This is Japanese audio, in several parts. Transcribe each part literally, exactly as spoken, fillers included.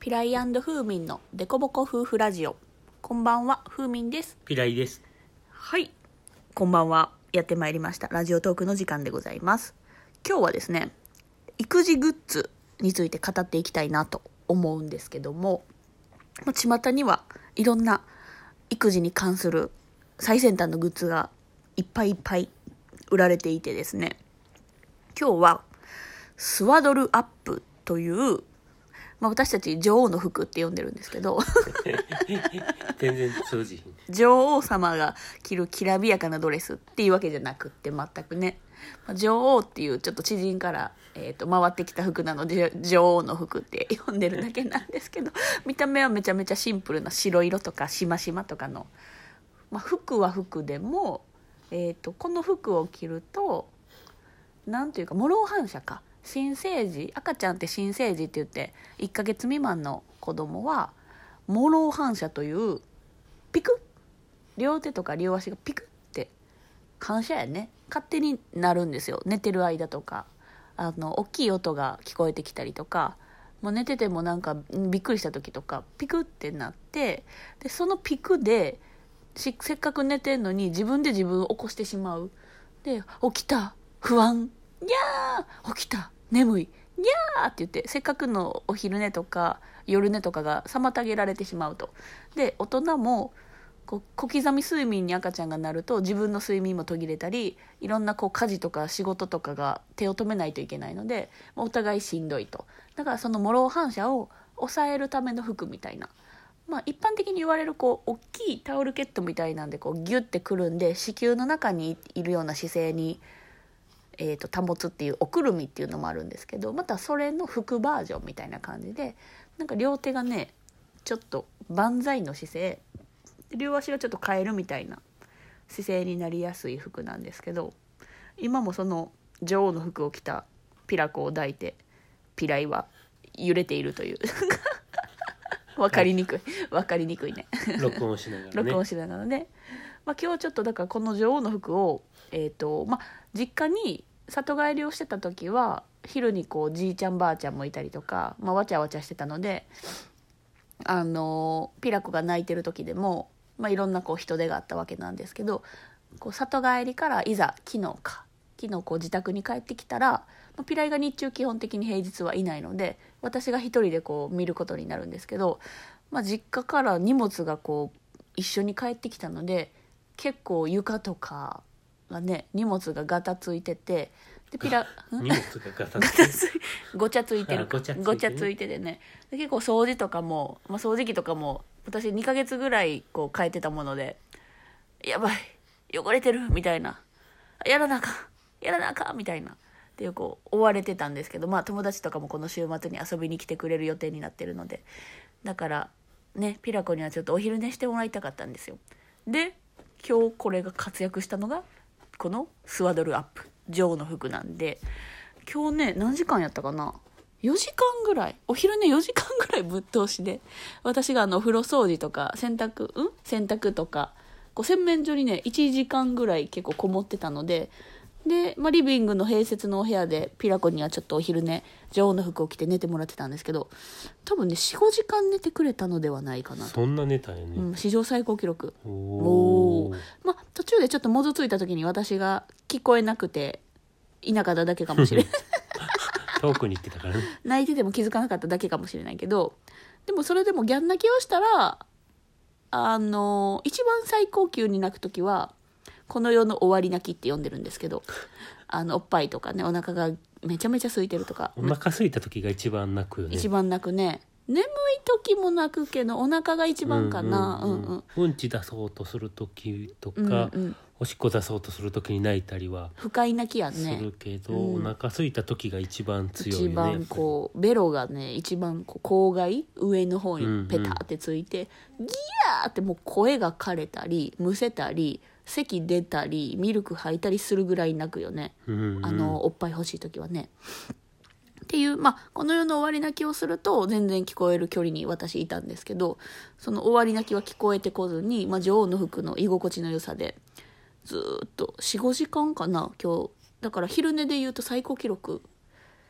ピライ&フーミンのデコボコ夫婦ラジオ。こんばんは、フーミンです。 ピライです。 はい、こんばんは。やってまいりましたラジオトークの時間でございます。今日はですね、育児グッズについて語っていきたいなと思うんですけども、巷にはいろんな育児に関する最先端のグッズがいっぱいいっぱい売られていてですね、今日はスワドルアップという、まあ、私たち女王の服って呼んでるんですけど全然通じひん。 女王様が着るきらびやかなドレスっていうわけじゃなくって、全くね、まあ、女王っていうちょっと知人から、えー、と回ってきた服なので女王の服って呼んでるだけなんですけど、見た目はめちゃめちゃシンプルな白色とかしましまとかの、まあ、服は服でも、えー、とこの服を着るとなんていうか、モロー反射か、新生児、赤ちゃんって新生児って言っていっかげつ未満の子供はモロー反射というピクッ、両手とか両足がピクッって反射やね、勝手になるんですよ。寝てる間とか、あの大きい音が聞こえてきたりとか、もう寝ててもなんかびっくりした時とかピクッってなって、でそのピクでしせっかく寝てんのに自分で自分を起こしてしまう。で、起きた、不安、にゃー、起きた、眠い、にゃーって言って、せっかくのお昼寝とか夜寝とかが妨げられてしまうと。で、大人もこう小刻み睡眠に赤ちゃんがなると自分の睡眠も途切れたり、いろんなこう家事とか仕事とかが手を止めないといけないので、お互いしんどいと。だからそのモロー反射を抑えるための服みたいな、まあ、一般的に言われるこう大きいタオルケットみたいなんでこうギュッてくるんで子宮の中にいるような姿勢に、えー、と保つっていうおくるみっていうのもあるんですけど、またそれの服バージョンみたいな感じで、なんか両手がねちょっと万歳の姿勢、両足がちょっと変えるみたいな姿勢になりやすい服なんですけど、今もその女王の服を着たピラコを抱いてピライは揺れているという分かりにくい分かりにくいね録音しながらね録音しながらね、まあ、今日ちょっとだからこの女王の服を、えーとまあ、実家に里帰りをしてた時は昼にこうじいちゃんばあちゃんもいたりとか、まあ、わちゃわちゃしてたので、あのピラコが泣いてる時でも、まあ、いろんなこう人手があったわけなんですけど、こう里帰りからいざ昨日か昨日こう自宅に帰ってきたら、ピライが日中基本的に平日はいないので私が一人でこう見ることになるんですけど、まあ、実家から荷物がこう一緒に帰ってきたので、結構床とかがね荷物がガタついてて、でピラ荷物がガタついてごちゃついてるごちゃついてねごちゃついててね、で結構掃除とかも、まあ、掃除機とかも私にかげつぐらいこう変えてたもので、やばい汚れてるみたいな、やらなあかんやらなあかんみたいなっていうこう追われてたんですけど、まあ友達とかもこの週末に遊びに来てくれる予定になってるので、だからねピラコにはちょっとお昼寝してもらいたかったんですよ。で今日これが活躍したのがこのスワドルアップ女王の服なんで、今日ね何時間やったかな、よじかんぐらい、お昼寝よじかんぐらいぶっ通しで、私があのお風呂掃除とか洗濯うん洗濯とかこう洗面所にねいちじかんぐらい結構こもってたので、で、まあ、リビングの併設のお部屋でピラコにはちょっとお昼寝女王の服を着て寝てもらってたんですけど、多分ね よん,ご 時間寝てくれたのではないかなと。 そんな寝たんやね、 うん、史上最高記録。 おおー、まあ、途中でちょっともずついた時に私が聞こえなくていなかっただけかもしれない遠くに行ってたからね泣いてても気づかなかっただけかもしれないけど、でもそれでもギャン泣きをしたら、あの一番最高級に泣く時はこの世の終わり泣きって呼んでるんですけど、あのおっぱいとかねお腹がめちゃめちゃ空いてるとか、 お腹空いた時が一番泣くよね。 一番泣くね。眠い時も泣くけどお腹が一番かな。 うんうんうんうんうんうんち出そうとする時とか、 うんうん、 おしっこ出そうとする時に泣いたりは不快泣きやんすね。 るけど、 うんお腹空いた時が一番強いよね。 一番こうベロがね一番こう口外上の方にペタってついて、うんうん、ギヤーってもう声が枯れたりむせたり咳出たりミルク吐いたりするぐらい泣くよね、 うんうん、 あのおっぱい欲しい時はねっていう、まあ、この世の終わり泣きをすると全然聞こえる距離に私いたんですけど、その終わり泣きは聞こえてこずに、まあ、女王の服の居心地の良さでずっと よん,ご 時間かな今日だから昼寝で言うと最高記録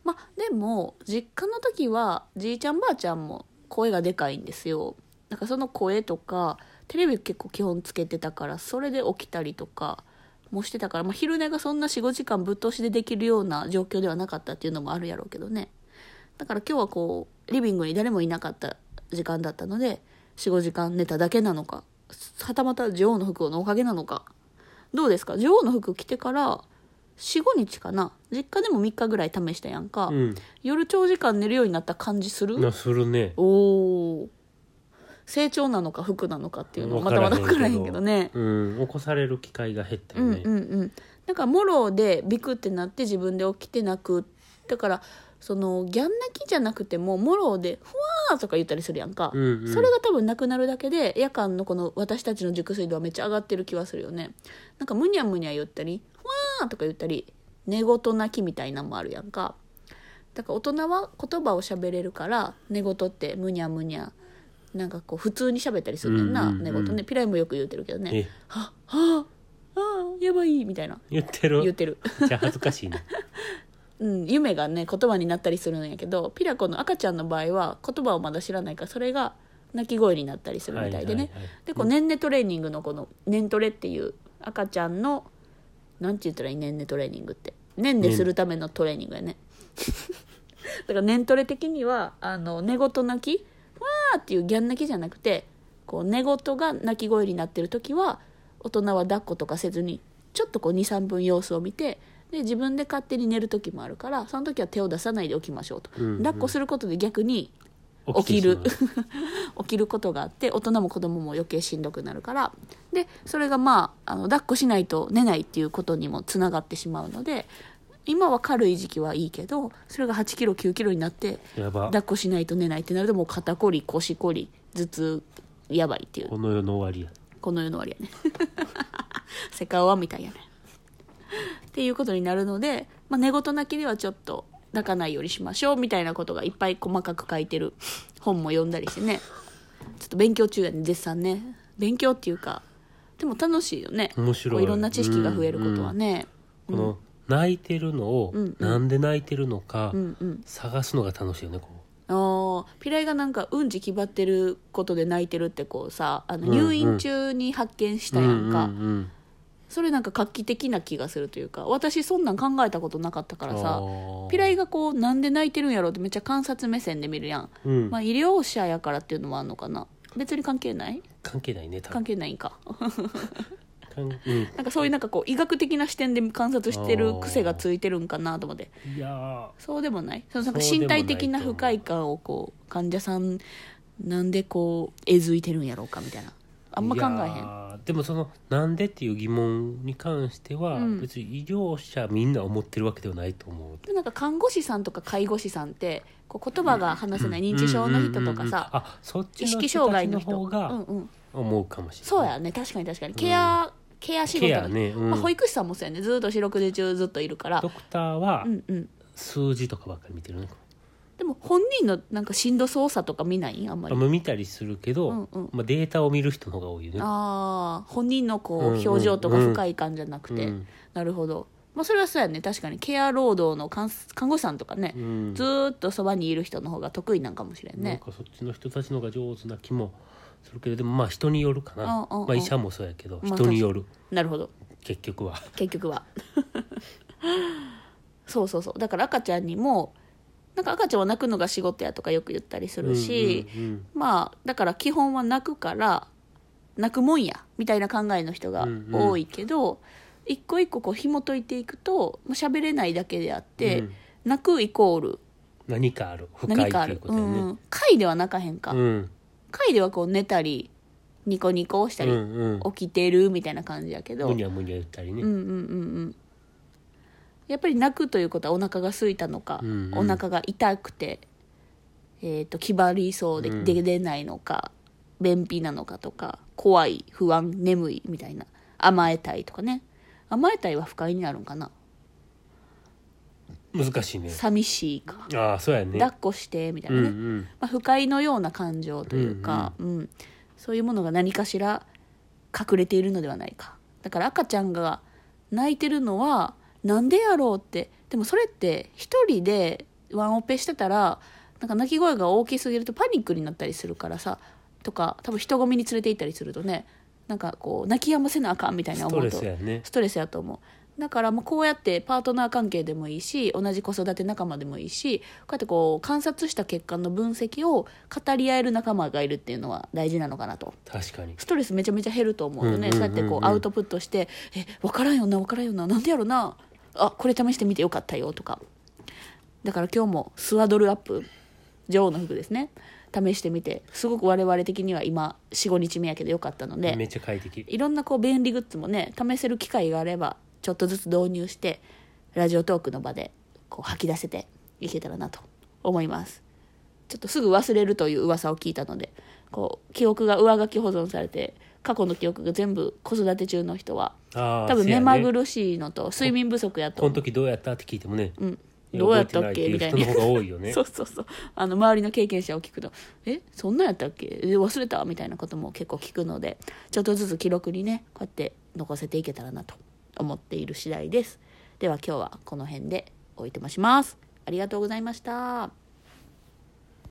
まあでも実家の時はじいちゃんばあちゃんも声がでかいんですよ。なんかその声とかテレビ結構基本つけてたから、それで起きたりとかもしてたから、まあ、昼寝がそんな よん,ご 時間ぶっ通しでできるような状況ではなかったっていうのもあるやろうけどね。だから今日はこうリビングに誰もいなかった時間だったので よん,ご 時間寝ただけなのか、はたまた女王の服のおかげなのか。どうですか、女王の服着てからよん、ごにちかな、実家でもみっかぐらい試したやんか、 うん、 夜長時間寝るようになった感じする？ なするね。 おー、成長なのか服なのかっていうのはまだまだ分からへんけどね。 うん、起こされる機会が減ったよね。 うんうんうん。なんかもろでビクってなって自分で起きて泣く。だからそのギャン泣きじゃなくてももろでふわーとか言ったりするやんか、 うんうん、 それが多分なくなるだけで夜間のこの私たちの熟睡度はめっちゃ上がってる気はするよね。なんかむにゃむにゃ言ったりふわーとか言ったり寝言泣きみたいなのもあるやんか。だから大人は言葉を喋れるから寝言ってむにゃむにゃなんかこう普通に喋ったりするねんな、 うんうんうん、 寝言ね。ピライもよく言うてるけどね、 えははあやばいみたいな言ってる言ってるじゃあ恥ずかしいねうん、夢がね言葉になったりするんやけど、ピラコの赤ちゃんの場合は言葉をまだ知らないからそれが泣き声になったりするみたいでね、 はいはいはい、 でこう年齢トレーニングのこの年トレっていう赤ちゃんのなんて言ったらいい、年齢トレーニングって年齢するためのトレーニングやねだから年トレ的にはあの寝言泣きわーっていうギャン泣きじゃなくて、こう寝言が泣き声になってる時は大人は抱っことかせずにちょっとこう にさんぷん様子を見て、で自分で勝手に寝る時もあるからその時は手を出さないで起きましょうと、 うんうん、 抱っこすることで逆に起きる起きることがあって、大人も子供も余計しんどくなるから、でそれがまあ、あの抱っこしないと寝ないっていうことにもつながってしまうので、今は軽い時期はいいけどそれがはちキロきゅうキロになってやば抱っこしないと寝ないってなるともう肩こり腰こり頭痛やばいっていう、 この世の終わりや。 この世の終わりやねセカオワみたいやねっていうことになるので、まあ、寝言泣きではちょっと泣かないようにしましょうみたいなことがいっぱい細かく書いてる本も読んだりしてね、ちょっと勉強中やね、絶賛ね。勉強っていうかでも楽しいよね。 面白い。 こういろんな知識が増えることはね、 うんうん、この泣いてるのを、 うんうん、 なんで泣いてるのか、 うんうん、 探すのが楽しいよね。こうあピライがなんかうんち決まってることで泣いてるってこうさ、あの入院中に発見したやんか、 うんうんうんうん、 それなんか画期的な気がするというか、私そんなん考えたことなかったからさ、ピライがこうなんで泣いてるんやろうってめっちゃ観察目線で見るやん、 うん、 まあ、医療者やからっていうのもあるのかな、別に関係ない関係ないね多分関係ないんかうん、 なんかそういうなんかこう医学的な視点で観察してる癖がついてるんかなと思って。 いやそうでもない、そのなんか身体的な不快感をこう患者さんなんでこうえずいてるんやろうかみたいな、あんま考えへん。 でもそのなんでっていう疑問に関しては、うん、別に医療者みんな思ってるわけではないと思う。 でなんか看護師さんとか介護士さんってこう言葉が話せない認知症の人とかさ、 あそっち意識障害の人方が思うかもしれない、うんうん、 そうやね、確かに確かにケア、うん、ケア仕事の、 ね、うんまあ、保育士さんもそうやね、ずっと四六時中ずっといるから。 ドクターはうんうん、 数字とかばっかり見てるね。 でも本人のなんか震度操作とか見ないあんまり。 見たりするけど、うんうん、まあ、データを見る人の方が多いよね。 あ本人のこう、うんうん、表情とか不快感じゃなくて、うん、なるほど、まあ、それはそうやね、確かにケア労働の看護師さんとかね、うん、ずっとそばにいる人の方が得意なんかもしれんね。 なんかそっちの人たちの方が上手な気もするけど、でもまあ人によるかな。あああまあ、医者もそうやけど、人による、 なるほど、 結局は結局はそうそうそう、だから赤ちゃんにもなんか赤ちゃんは泣くのが仕事やとかよく言ったりするし、うんうんうん、まあだから基本は泣くから泣くもんやみたいな考えの人が多いけど、うんうん、一個一個こう紐解いていくと喋れないだけであって、うん、泣くイコール何かある、深いっていうことだよね。 うん、回では泣かへんか、うん、回ではこう寝たりニコニコしたり、うんうん、起きてるみたいな感じやけど、 むにゃむにゃ言ったりね、 うんうんうんうん、やっぱり泣くということはお腹が空いたのか、うんうん、お腹が痛くて、えーと、気張りそうで出れないのか、うん、便秘なのかとか、怖い不安眠いみたいな、甘えたいとかね。甘えたいは不快になるんかな、 難しいね。 寂しいか、 あそうやね、 抱っこしてみたいなね、うんうん、まあ、不快のような感情というか、うんうんうん、そういうものが何かしら隠れているのではないか。だから赤ちゃんが泣いてるのはなんでやろうって、でもそれって一人でワンオペしてたらなんか泣き声が大きすぎるとパニックになったりするからさ、とか多分人混みに連れて行ったりするとね、なんかこう泣き止ませなあかんみたいな思うとストレスやね。 ストレスやと思う。だからまあこうやってパートナー関係でもいいし、同じ子育て仲間でもいいし、こうやってこう観察した結果の分析を語り合える仲間がいるっていうのは大事なのかなと。 確かに。 ストレスめちゃめちゃ減ると思うよね、 うんうんうんうんそうやってこうアウトプットして「え分からんよな分からんよななんでやろなあこれ試してみてよかったよ」とか。だから今日もスワドルアップ女王の服ですね試してみて、すごく我々的には今 よん,ご 日目やけどよかったので、 めっちゃ快適。 いろんなこう便利グッズもね試せる機会があればちょっとずつ導入してラジオトークの場でこう吐き出せていけたらなと思います。ちょっとすぐ忘れるという噂を聞いたので、こう記憶が上書き保存されて過去の記憶が全部子育て中の人はあ多分せやね目まぐるしいのと睡眠不足やとこの思う。 時どうやったって聞いてもね、 うんどうやったっけみたいな覚えてないっていう人の方が多いよね。 そうそうそう、あの周りの経験者を聞くと「えそんなんやったっけえ忘れた?」みたいなことも結構聞くので、ちょっとずつ記録にねこうやって残せていけたらなと思っている次第です。では今日はこの辺でおいとまします。ありがとうございました。